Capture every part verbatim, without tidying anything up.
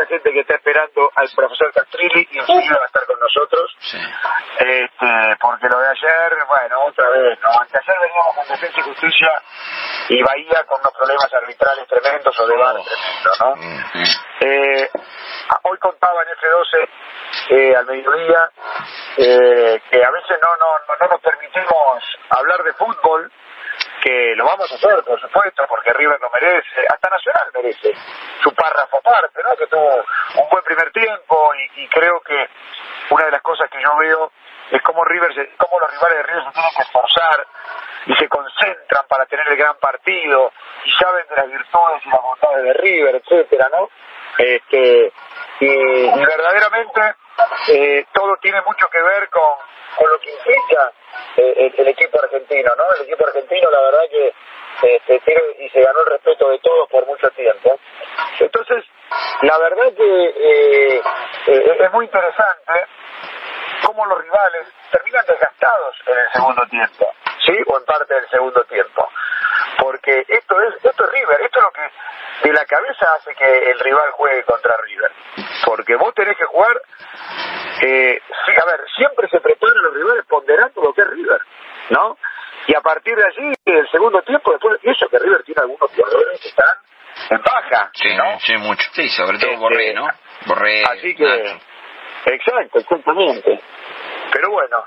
gente que está esperando al profesor Castrilli y enseguida va a estar con nosotros. Sí. Este, porque lo de ayer, bueno, otra vez, ¿no? Ayer veníamos con Defensa y Justicia y Bahía con unos problemas arbitrales tremendos o de bar Oh. tremendos, ¿no? Mm. Eh, hoy contaba en F doce eh, al mediodía eh, que a veces no, no, no, no nos permitimos hablar de fútbol, que lo vamos a hacer, por supuesto, porque River lo merece, hasta Nacional merece su párrafo aparte, ¿no? Que tuvo un buen primer tiempo y, y creo que una de las cosas que yo veo es cómo River, se, cómo los rivales de River se tienen que esforzar y se concentran para tener el gran partido y saben de las virtudes y las bondades de River, etcétera, ¿no? Este, y, y verdaderamente eh, todo tiene mucho que ver con, con lo que implica eh, el, el equipo argentino, ¿no? El equipo argentino, la verdad que este, tiene y se ganó el respeto de todos por mucho tiempo. Entonces, la verdad que eh, eh, es muy interesante cómo los rivales terminan desgastados en el segundo tiempo, ¿sí? O en parte del segundo tiempo. Porque esto es esto es River, esto es lo que de la cabeza hace que el rival juegue contra River. Porque vos tenés que jugar, eh, sí, a ver, siempre se preparan los rivales ponderando lo que es River, ¿no? Y a partir de allí, el segundo tiempo, después, y eso que River tiene algunos jugadores que están en baja, Sí, ¿no? sí, mucho. Sí, sobre todo Este, Borré, ¿no? Borré, así que, Nacho. exacto, exactamente. Pero bueno,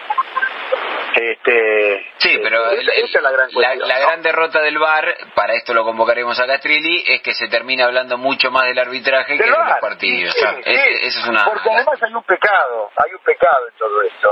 este, Sí, pero esa, el, el, esa es la gran la, cuestión, la ¿no? gran derrota del V A R, para esto lo convocaremos a Castrilli, es que se termina hablando mucho más del arbitraje Del que de V A R, los partidos. sí, sí, es, sí, eso es una... porque además hay un pecado, hay un pecado en todo esto.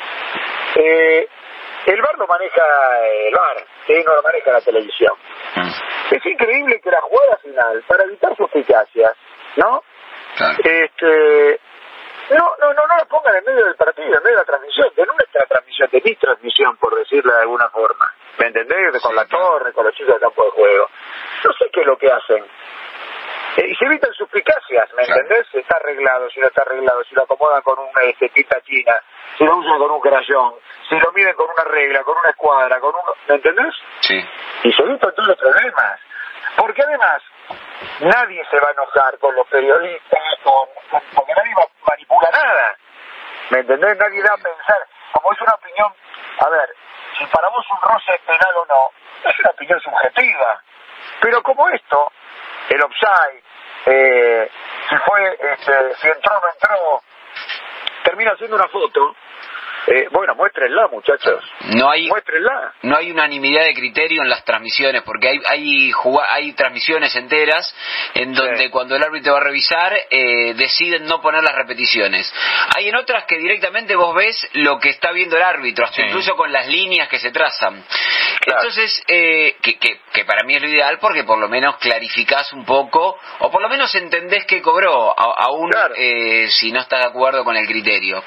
Eh, el V A R lo maneja el V A R, ¿sí? No lo maneja la televisión. Mm, Es increíble que la jugada final, para evitar suspicacias, ¿no? claro. Este, no, no, no, no la pongan en medio del partido, en medio de la transmisión, de nuestra transmisión, de mi transmisión, por decirlo de alguna forma. ¿Me entendés? Con Sí, la claro. torre, con los chicos del campo de juego. No sé qué es lo que hacen. Eh, y se evitan suspicacias, ¿me Claro. entendés? Si está arreglado, si no está arreglado, si lo acomodan con una este, tinta china, si lo usan con un crayón, si lo miden con una regla, con una escuadra, con un... ¿Me entendés? Sí. Y se evitan todos los problemas. Porque además, nadie se va a enojar con los periodistas, con, con- porque nadie ma- manipula nada. ¿Me entendés? Nadie da a pensar. Como es una opinión, a ver, si para vos un roce es penal o no, es una opinión subjetiva. Pero como esto, el offside, eh, si fue, este, si entró o no entró, termina haciendo una foto, eh, bueno, muéstrenla, muchachos. No hay... Muéstrenla. No hay unanimidad de criterio en las transmisiones, porque hay hay juga- hay transmisiones enteras en donde Sí. cuando el árbitro va a revisar eh, deciden no poner las repeticiones. Hay en otras que directamente vos ves lo que está viendo el árbitro, hasta Sí. incluso con las líneas que se trazan. Claro. Entonces, eh, que, que, que para mí es lo ideal porque por lo menos clarificás un poco, o por lo menos entendés qué cobró, a- aún Claro. eh, si no estás de acuerdo con el criterio.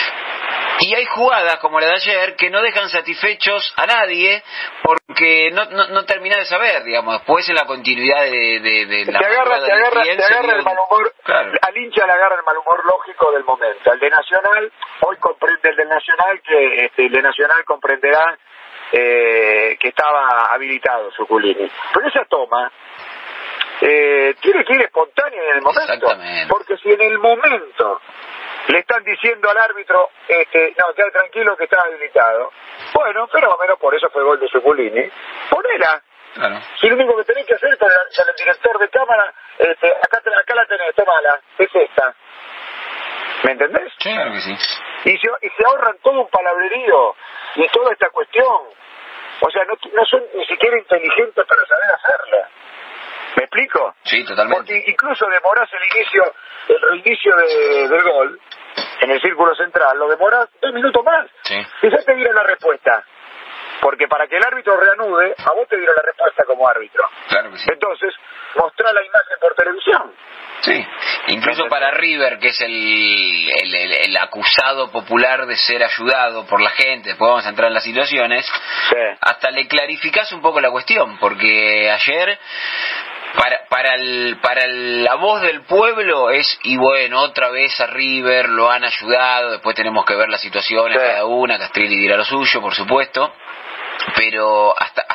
Y hay jugadas como la de ayer que no dejan satisfechos a nadie porque no, no, no terminás de saber, digamos, después en la continuidad de, de, de la te agarra, jugada te del agarra, Fiel te se agarra vio- el mal humor, Claro. al hincha le agarra el mal humor lógico del momento. Al de Nacional, hoy comprende el del Nacional, que este, el de Nacional comprenderá eh, que estaba habilitado Suculini. Pero esa toma eh, tiene que ir espontánea en el momento. Exactamente. Porque si en el momento le están diciendo al árbitro, este, no, queda tranquilo que está habilitado, bueno, fenómeno, por eso fue gol de Suculini, ponela. Claro. Si lo único que tenés que hacer con el, con el director de cámara, este, acá, te- acá la tenés, tomala, es esta. ¿Me entendés? Sí, claro que sí. Y se, y se ahorran todo un palabrerío y toda esta cuestión. O sea, no, no son ni siquiera inteligentes para saber hacerla. ¿Me explico? Sí, totalmente. Porque incluso demorás el inicio, el reinicio de, del gol en el círculo central, lo demorás dos minutos más. Sí. Y ya te dieron la respuesta. Porque para que el árbitro reanude, a vos te dieron la respuesta como árbitro. Claro que sí. Entonces, mostrá la imagen por televisión. Sí, incluso para River, que es el, el, el, el acusado popular de ser ayudado por la gente, después vamos a entrar en las situaciones, Sí. hasta le clarificás un poco la cuestión, porque ayer, para para el, para el- la voz del pueblo es, y bueno, otra vez a River lo han ayudado, después tenemos que ver las situaciones Sí. cada una, Castrilli dirá lo suyo, por supuesto, pero hasta hasta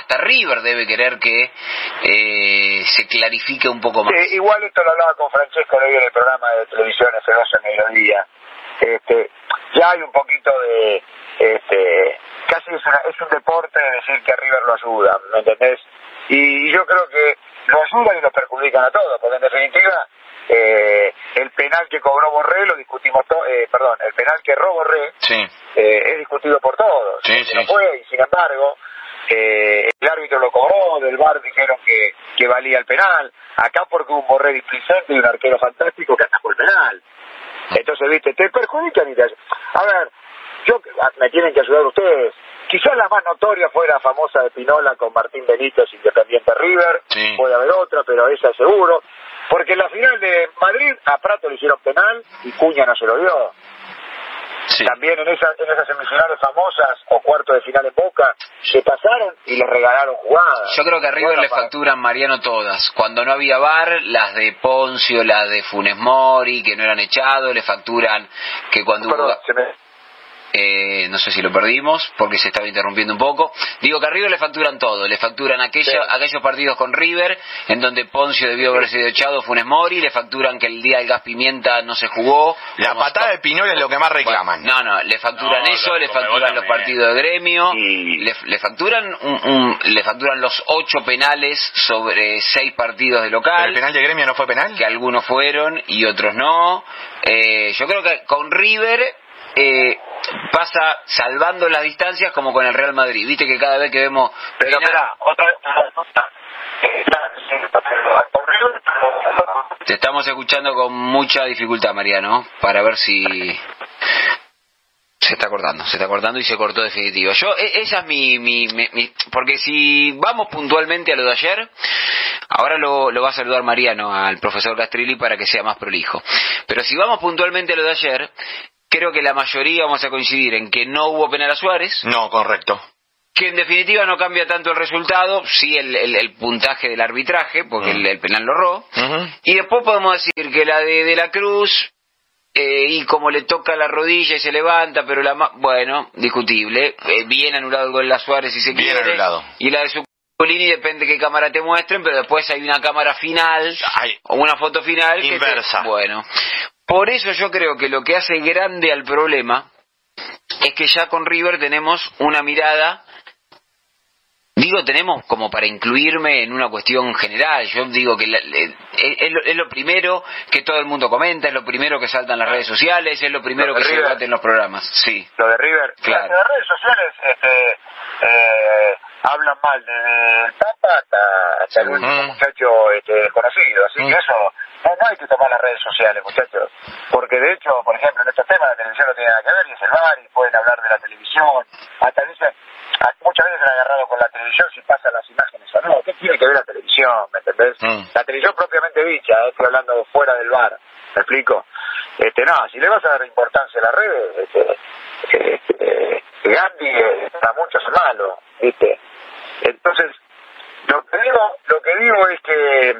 hasta River debe querer que eh, se clarifique un poco más. Sí, igual esto lo hablaba con Francesco hoy en el programa de televisión F dos en Mediodía. Este, ya hay un poquito de, este, casi es, una, es un deporte decir que a River lo ayuda, ¿me entendés? Y, y yo creo que lo ayudan y lo perjudican a todos, porque en definitiva eh, el penal que cobró Borré lo discutimos todos, eh, perdón, el penal que erró Borré sí. eh, es discutido por todos, sí, sí. no fue, y sin embargo eh, el árbitro lo cobró, del V A R dijeron que, que valía el penal, acá porque un Borré displicente y un arquero fantástico que atajó el penal. Entonces, viste, te perjudican y te... A ver, yo me tienen que ayudar ustedes. Quizás la más notoria fue la famosa de Pinola con Martín Benítez, Independiente River. Sí. Puede haber otra, pero esa seguro. Porque en la final de Madrid a Prato le hicieron penal y Cuña no se lo dio. Sí. También en, esa, en esas semifinales famosas o cuartos de final en Boca se pasaron y les regalaron jugadas. Yo creo que a River bueno, le para... facturan, Mariano, todas. Cuando no había V A R, las de Poncio, las de Funes Mori, que no eran echados, le facturan que cuando Perdón, hubo... se me... Eh, no sé si lo perdimos porque se estaba interrumpiendo un poco. Digo que a River le facturan todo, le facturan aquella, sí. aquellos partidos con River en donde Poncio debió haber sido echado, Funes Mori, le facturan que el día del gas pimienta no se jugó. La patada to... de Piñol es lo que más reclaman. Bueno, no, no, le facturan no, eso, le facturan los partidos de gremio, y... le, le facturan un, un, le facturan los ocho penales sobre seis partidos de local. ¿Pero el penal de gremio no fue penal? Que algunos fueron y otros no. Eh, yo creo que con River Eh, pasa salvando las distancias como con el Real Madrid, viste que cada vez que vemos pero espera, otra te estamos escuchando con mucha dificultad, Mariano, para ver si se está cortando, se está cortando y se cortó definitivo. Yo, esa es mi, mi, mi, mi porque si vamos puntualmente a lo de ayer, ahora lo, lo va a saludar Mariano al profesor Castrilli para que sea más prolijo, pero si vamos puntualmente a lo de ayer, creo que la mayoría vamos a coincidir en que no hubo penal a Suárez. No, correcto. Que en definitiva no cambia tanto el resultado, sí el, el, el puntaje del arbitraje, porque uh-huh. el, el penal lo erró. Uh-huh. Y después podemos decir que la de, de la Cruz, eh, y como le toca la rodilla y se levanta, pero la ma- bueno, discutible. Eh, bien anulado el gol de Suárez si se bien quiere. Anulado. Y la de Zuculini depende de qué cámara te muestren, pero después hay una cámara final, Ay, o una foto final. Inversa. Que te, bueno. Por eso yo creo que lo que hace grande al problema es que ya con River tenemos una mirada, digo tenemos como para incluirme en una cuestión general, yo digo que la, es, es, lo, es lo primero que todo el mundo comenta, es lo primero que salta en las redes sociales, es lo primero lo que River, se debate en los programas. Sí. Lo de River, claro. Las redes sociales este, eh, hablan mal del Papa hasta, hasta el último uh-huh. muchacho este, desconocido, así uh-huh. que eso... No, no hay que tomar las redes sociales, muchachos, porque de hecho, por ejemplo, en estos temas la televisión no tiene nada que ver y es el V A R y pueden hablar de la televisión, hasta dicen, muchas veces han agarrado con la televisión si pasan las imágenes o no, ¿qué tiene que ver la televisión? ¿Me entendés? Mm. La televisión propiamente dicha, eh, estoy hablando fuera del V A R, ¿me explico? Este, no, si le vas a dar importancia a las redes, este, este, Gandhi eh, para muchos es malo, ¿viste? Entonces, lo que digo, lo que digo es que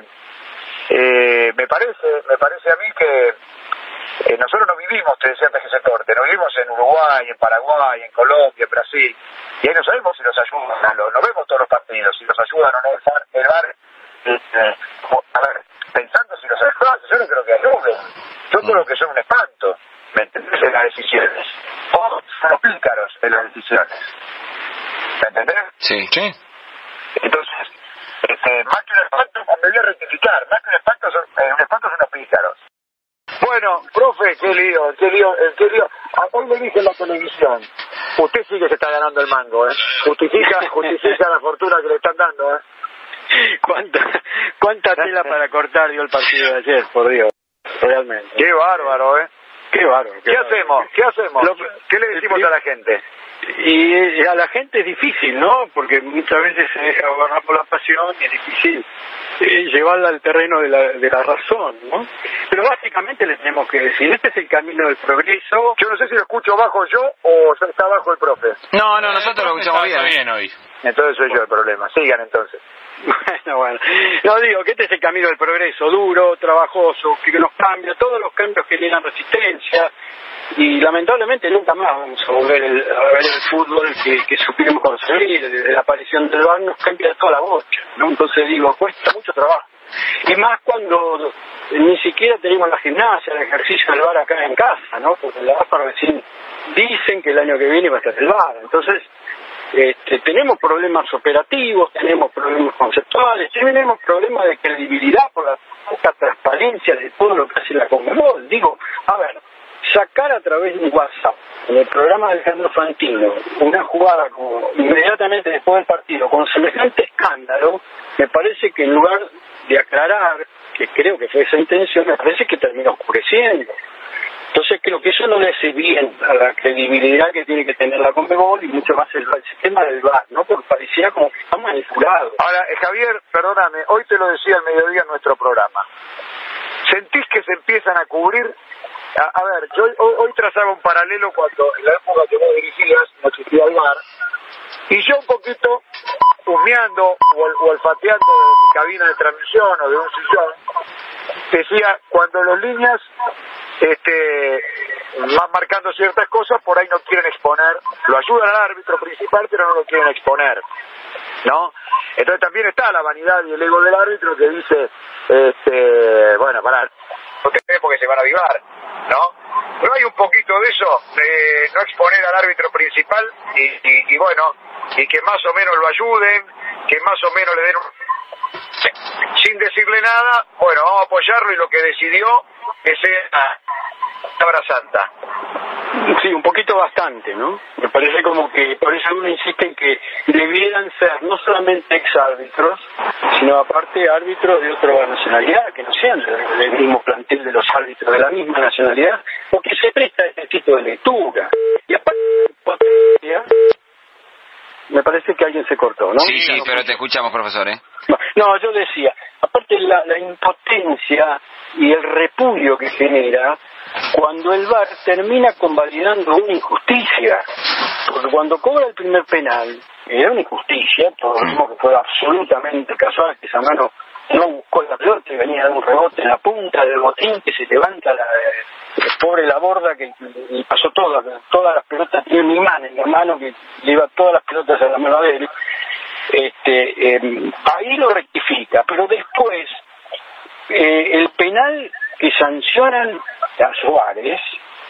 Eh, me parece, me parece a mí que eh, nosotros no vivimos, te decía antes que se corte, no vivimos en Uruguay, en Paraguay, en Colombia, en Brasil, y ahí no sabemos si nos ayudan, no, no vemos todos los partidos, si nos ayudan o no el V A R, el V A R eh, a ver, pensando si nos ayudan, yo no creo que ayuden, yo creo que son un espanto, ¿me entendés? En las decisiones, o son los pícaros en las decisiones, ¿me entendés? Sí, sí. Entonces, Este, más que un espanto, me voy a rectificar, más que un espanto son, eh, un espanto son los pícaros. Bueno, profe, qué lío, qué lío, eh, qué lío. Hoy le dije en la televisión, usted sí que se está ganando el mango, ¿eh? Justifica, justifica la fortuna que le están dando, ¿eh? ¿Cuánta, cuánta tela para cortar dio el partido de ayer, por Dios, realmente. Qué bárbaro, ¿eh? Qué bárbaro. ¿Qué, ¿Qué hacemos? ¿Qué hacemos? Lo, ¿Qué le decimos a la gente? Y a la gente es difícil, ¿no? Porque muchas veces se deja gobernar por la pasión y es difícil eh, llevarla al terreno de la, de la razón, ¿no? Pero básicamente le tenemos que decir, este es el camino del progreso. Yo no sé si lo escucho bajo yo o está bajo el profe. No, no, nosotros lo escuchamos bien. bien hoy. Entonces soy yo el problema. Sigan entonces. Bueno, bueno. No, digo que este es el camino del progreso, duro, trabajoso, que nos cambia, todos los cambios generan resistencia, y lamentablemente nunca más vamos a volver el, a ver el fútbol que, que supimos conseguir. Desde la aparición del V A R nos cambia toda la bocha, ¿no? Entonces digo, cuesta mucho trabajo. Y más cuando ni siquiera tenemos la gimnasia, el ejercicio del V A R acá en casa, ¿no? Porque la AFA recién dicen que el año que viene va a estar el V A R. Entonces, este, tenemos problemas operativos, tenemos problemas conceptuales, tenemos problemas de credibilidad por la poca transparencia de todo lo que hace la Conmebol. Digo, a ver, sacar a través de un WhatsApp, en el programa de Alejandro Fantino, una jugada como inmediatamente después del partido, con semejante escándalo, me parece que en lugar de aclarar, que creo que fue esa intención, me parece que terminó oscureciendo. Entonces creo que eso no le hace bien a la credibilidad que tiene que tener la Conmebol y mucho más el, el sistema del V A R, ¿no? Porque pareciera como que está manipulado. Ahora, eh, Javier, perdóname, hoy te lo decía al mediodía en nuestro programa. ¿Sentís que se empiezan a cubrir? A, a ver, yo hoy, hoy trazaba un paralelo cuando en la época que vos dirigías no existía el V A R, y yo un poquito husmeando o, o olfateando de mi cabina de transmisión o de un sillón, decía, cuando los líneas este, van marcando ciertas cosas, por ahí no quieren exponer, lo ayudan al árbitro principal, pero no lo quieren exponer, ¿no? Entonces también está la vanidad y el ego del árbitro que dice, este, bueno, pará, no te crees porque se van a avivar, ¿no? ¿No hay un poquito de eso, de no exponer al árbitro principal y, y, y bueno, y que más o menos lo ayuden, que más o menos le den un... sin decirle nada, bueno, vamos a apoyarlo y lo que decidió que sea palabra santa? Sí, un poquito bastante, ¿no? Me parece como que, por eso uno insiste en que debieran ser no solamente exárbitros, sino aparte árbitros de otra nacionalidad, que no sean del mismo plantel de los árbitros de la misma nacionalidad, porque se presta este tipo de lectura. Y aparte de potencia, me parece que alguien se cortó, ¿no? Sí, sí, pero te escuchamos, profesor, ¿eh? No, yo decía, aparte la, la impotencia y el repudio que genera cuando el V A R termina convalidando una injusticia, porque cuando cobra el primer penal, era una injusticia, todos vimos que fue absolutamente casual, que esa mano no buscó la pelota y venía de un rebote en la punta del botín, que se levanta la, el pobre la borda que y pasó todas, todas las pelotas, tiene mi mano en la mano que lleva todas las pelotas a la mano de él. Este, eh, ahí lo rectifica, pero después eh, el penal que sancionan a Suárez,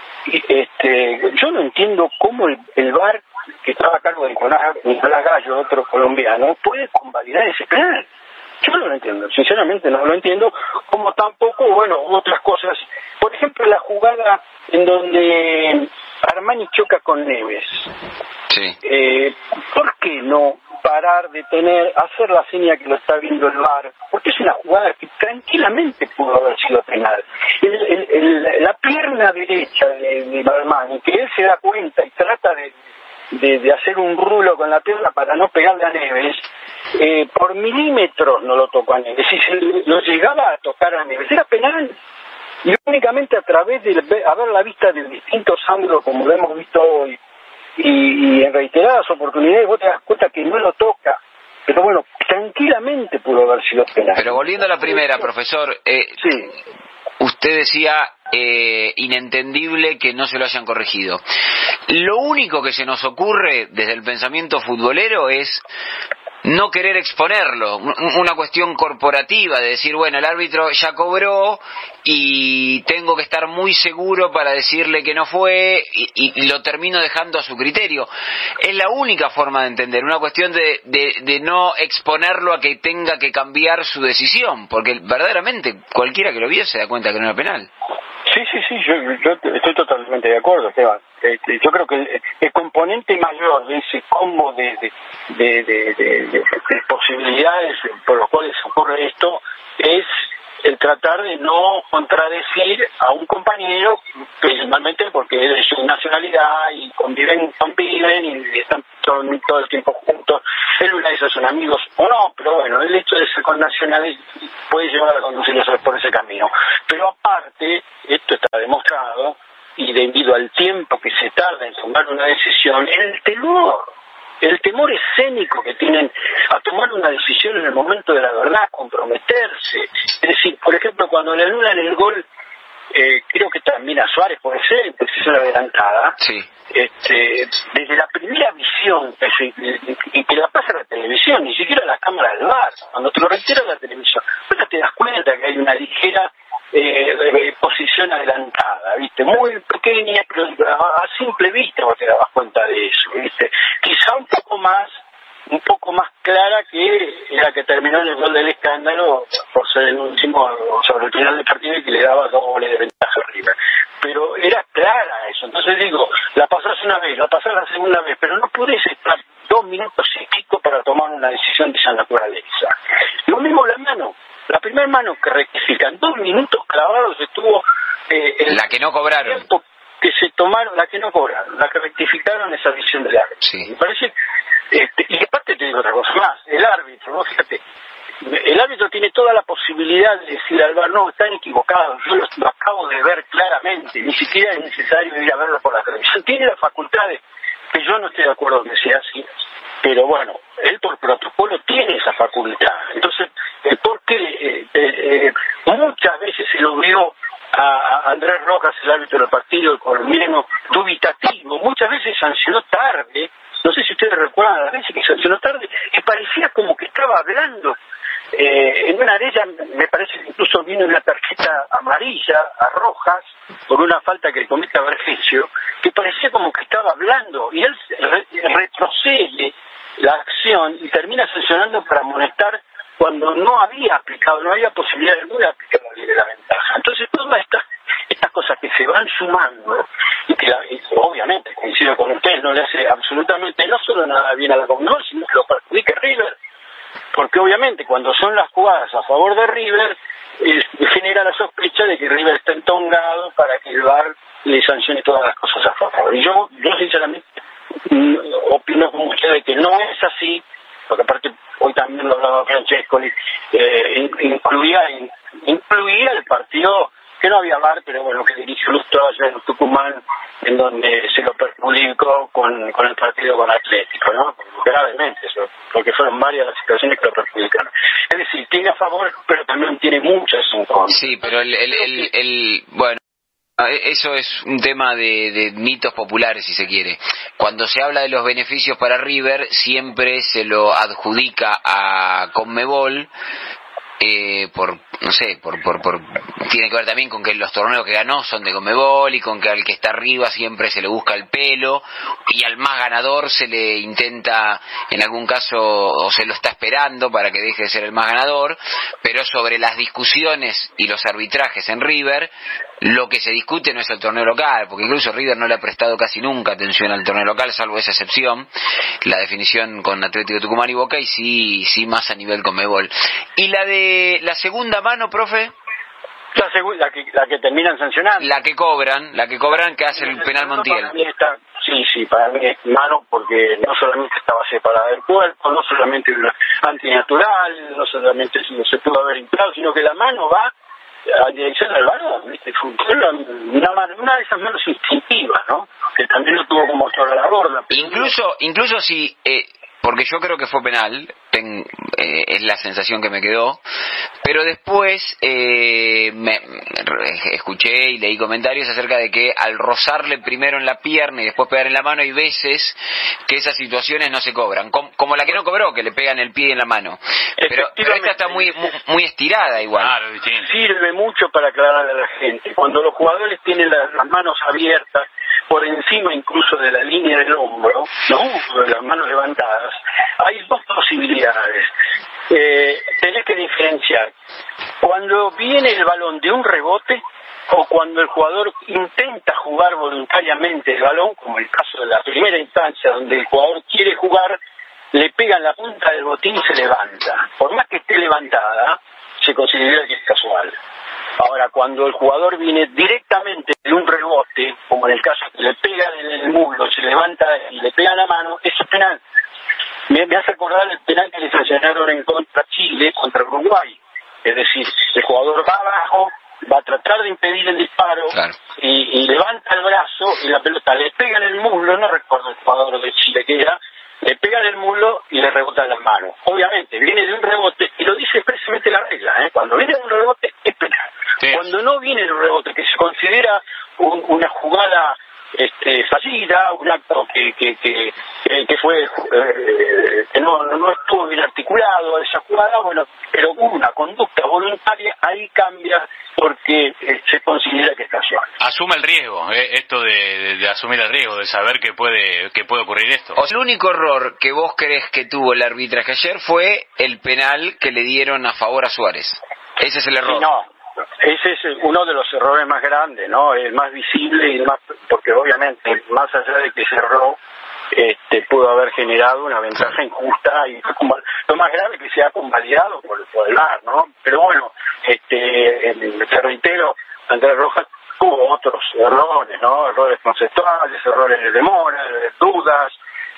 este, yo no entiendo cómo el, el V A R que estaba a cargo de Nicolás, Nicolás Gallo, otro colombiano, puede convalidar ese penal. Yo no lo entiendo, sinceramente no lo entiendo, como tampoco, bueno, otras cosas. Por ejemplo, la jugada en donde Armani choca con Neves. Sí. Eh, ¿Por qué no parar, detener, hacer la seña que lo está viendo el V A R? Porque es una jugada que tranquilamente pudo haber sido penal. El, el, el, la pierna derecha de, de Armani, que él se da cuenta y trata de, de, de hacer un rulo con la pierna para no pegarle a Neves, eh, por milímetros no lo tocó a Neves. Si se lo llegaba a tocar a Neves, era penal. Y únicamente a través de haber la vista de distintos ángulos, como lo hemos visto hoy, y, y en reiteradas oportunidades, vos te das cuenta que no lo toca. Pero bueno, tranquilamente pudo haber sido penal. Pero volviendo a la primera, profesor, eh, sí. Usted decía eh, inentendible que no se lo hayan corregido. Lo único que se nos ocurre desde el pensamiento futbolero es no querer exponerlo, una cuestión corporativa de decir, bueno, el árbitro ya cobró y tengo que estar muy seguro para decirle que no fue y, y lo termino dejando a su criterio. Es la única forma de entender, una cuestión de, de, de no exponerlo a que tenga que cambiar su decisión, porque verdaderamente cualquiera que lo viese se da cuenta que no era penal. Sí, sí, sí, yo, yo estoy totalmente de acuerdo, Esteban. Este, yo creo que el, el componente mayor de ese combo de, de, de, de, de, de, de posibilidades por los cuales ocurre esto es el tratar de no contradecir a un compañero, principalmente porque es de su nacionalidad y conviven, conviven y están todo, todo el tiempo juntos. Él una de esas son amigos o no, pero bueno, el hecho de ser con nacionales puede llevar a conducirlos por ese camino. Pero aparte, esto está demostrado, y debido al tiempo que se tarda en tomar una decisión, el temor el temor escénico que tienen a tomar una decisión en el momento de la verdad, a comprometerse. Es decir, por ejemplo, cuando le anulan el gol, eh, creo que también a Suárez puede ser, en posición adelantada, sí. este, desde la primera visión que se, y que la pasa a la televisión, ni siquiera a la cámara del V A R, cuando te lo retira la televisión, pues te das cuenta que hay una ligera eh, posición adelantada, ¿viste? Muy pequeña, pero a, a simple vista vos te dabas cuenta de eso, ¿viste? Quizá un poco más un poco más clara que la que terminó en el gol del escándalo por ser el último sobre el final del partido y que le daba dos goles de ventaja a River. Pero era clara eso. Entonces digo, la pasás una vez, la pasás la segunda vez, pero no podés estar dos minutos y pico para tomar una decisión de esa naturaleza. Lo mismo la mano. La primera mano que rectifican, dos minutos clavados estuvo... Eh, el la que no cobraron. Que se tomaron, la que no cobraron, la que rectificaron esa decisión del árbitro. Sí. Me parece... Este, y aparte te digo otra cosa más, el árbitro, ¿no? Fíjate, el árbitro tiene toda la posibilidad de decir al V A R, no, están equivocados, yo lo, lo acabo de ver claramente, ni siquiera es necesario ir a verlo por la televisión, tiene las facultades, que yo no estoy de acuerdo que sea así, pero bueno, él por protocolo tiene esa facultad, entonces, ¿por qué eh, eh, muchas veces se lo vio a Andrés Rojas, el árbitro del partido, el colombiano, dubitativo, muchas veces sancionó tarde? No sé si ustedes recuerdan las veces que sancionó tarde, y parecía como que estaba hablando. Eh, en una de ellas, me parece que incluso vino una tarjeta amarilla a Rojas, por una falta que comete a Vergesio, que parecía como que estaba hablando, y él re retrocede la acción y termina sancionando para amonestar cuando no había aplicado, no había posibilidad de no aplicar la ley de la ventaja. Entonces, todas estas estas cosas que se van sumando, y que la, y obviamente, coincido con ustedes, no le hace absolutamente no solo nada bien a la Conmebol, sino que lo perjudica a River, porque obviamente cuando son las jugadas a favor de River, eh, genera la sospecha de que River está entongado para que el V A R le sancione todas las cosas a favor. Y yo, yo sinceramente, mm, opino como ustedes que no es así, porque aparte hoy también lo hablaba Francesco, eh, incluía, incluía el partido que no había V A R, pero bueno, que dirigió Lustro allá en Tucumán, en donde se lo perjudicó con, con el partido con Atlético, ¿no? Gravemente, eso, porque fueron varias las situaciones que lo perjudicaron. Es decir, tiene a favor, pero también tiene muchas en contra. Sí, pero el, el, el, el bueno, eso es un tema de, de mitos populares, si se quiere. Cuando se habla de los beneficios para River, siempre se lo adjudica a Conmebol, eh, por, no sé, por, por, por, tiene que ver también con que los torneos que ganó son de Conmebol y con que al que está arriba siempre se le busca el pelo y al más ganador se le intenta, en algún caso, o se lo está esperando para que deje de ser el más ganador, pero sobre las discusiones y los arbitrajes en River, lo que se discute no es el torneo local, porque incluso River no le ha prestado casi nunca atención al torneo local, salvo esa excepción, la definición con Atlético de Tucumán y Boca, y sí, sí más a nivel Conmebol. ¿Y la de la segunda mano, profe? La, segunda, la, que, la que terminan sancionando. La que cobran, la que cobran que hace el penal Montiel. Para mí está, sí, sí, para mí es mano porque no solamente estaba separada del cuerpo, no solamente antinatural, no solamente no se pudo haber inflado, sino que la mano va a dirección del balón, ¿viste? Fue una, mano, una de esas manos instintivas, ¿no? Que también lo tuvo como mostrar a la gorda. Incluso, incluso si, eh, porque yo creo que fue penal, ten, eh, es la sensación que me quedó, pero después eh, me, escuché y leí comentarios acerca de que al rozarle primero en la pierna y después pegar en la mano, hay veces que esas situaciones no se cobran, como, como la que no cobró, que le pegan el pie en la mano, pero, pero esta está muy, muy, muy estirada igual. Claro, sirve mucho para aclararle a la gente, cuando los jugadores tienen las, las manos abiertas, por encima incluso de la línea del hombro, ¿no? Las manos levantadas, hay dos posibilidades. Eh, tenés que diferenciar cuando viene el balón de un rebote o cuando el jugador intenta jugar voluntariamente el balón, como el caso de la primera instancia donde el jugador quiere jugar, le pegan la punta del botín y se levanta. Por más que esté levantada, se considera que es casual. Ahora, cuando el jugador viene directamente de un rebote, como en el caso que le pegan en el muslo, se levanta y le pegan la mano, eso es penal. Me, me hace acordar el penal que le sancionaron en contra Chile, contra Uruguay. Es decir, el jugador va abajo, va a tratar de impedir el disparo, claro, y, y levanta el brazo y la pelota le pega en el muslo, no recuerdo el jugador de Chile que era, le pega en el muslo y le rebota en las manos. Obviamente, viene de un rebote, y lo dice expresamente la regla, ¿eh? Cuando viene de un rebote, es penal. Sí. Cuando no viene de un rebote, que se considera un, una jugada este, fallida, un acto que que que, que fue eh, que no, no estuvo bien articulado esa jugada, bueno, pero una conducta voluntaria, ahí cambia porque eh, se considera que está suave. Asume el riesgo, eh, esto de, de, de asumir el riesgo, de saber que puede que puede ocurrir esto. O sea, el único error que vos crees que tuvo el arbitraje ayer fue el penal que le dieron a favor a Suárez. Ese es el error. Sí, no. Ese es uno de los errores más grandes, ¿no? El más visible, y el más, porque obviamente, más allá de que se erró, este, pudo haber generado una ventaja injusta, y lo más grave es que se ha convalidado por, por el V A R, ¿no? Pero bueno, este, te reitero, Andrés Rojas tuvo otros errores, ¿no? Errores conceptuales, errores de demora, de dudas,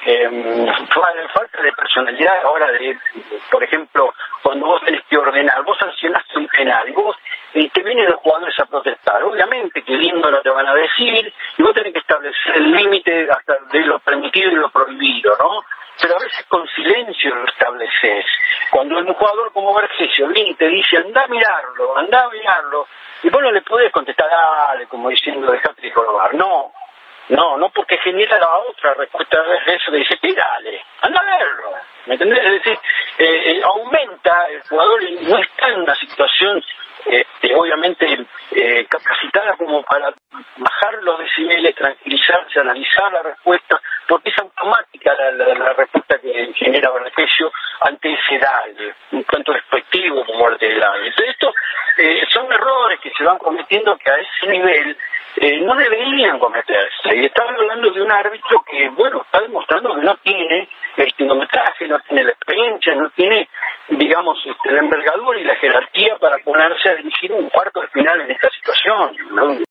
eh, falta de personalidad ahora de, por ejemplo, cuando vos tenés que ordenar, vos sancionaste un penal y vos y te vienen los jugadores a protestar, obviamente que lindo no te van a decir, y vos tenés que establecer el límite hasta de lo permitido y lo prohibido, ¿no? Pero a veces con silencio lo estableces. Cuando un jugador como Vergesio viene y te dice, anda a mirarlo, anda a mirarlo, y vos no le podés contestar, dale, como diciendo, dejate de jorobar. No, no, no, porque genera la otra respuesta de eso, que dice, sí, dale, anda a verlo, ¿me entendés? Es decir, eh, eh, aumenta, el jugador no está en una situación Este, obviamente eh, capacitada como para bajar los decibeles, tranquilizarse, analizar la respuesta, porque es automática la, la, la respuesta que genera Vergesio ante ese daño, un tanto despectivo como el del daño. Entonces esto eh, son errores que se van cometiendo que a ese nivel eh, no deberían cometerse, y estamos hablando de un árbitro que, bueno, está demostrando que no tiene el kilometraje, no tiene la experiencia, no tiene, digamos, este, la envergadura y la jerarquía para ponerse a dirigir un cuarto de final en esta situación, ¿no?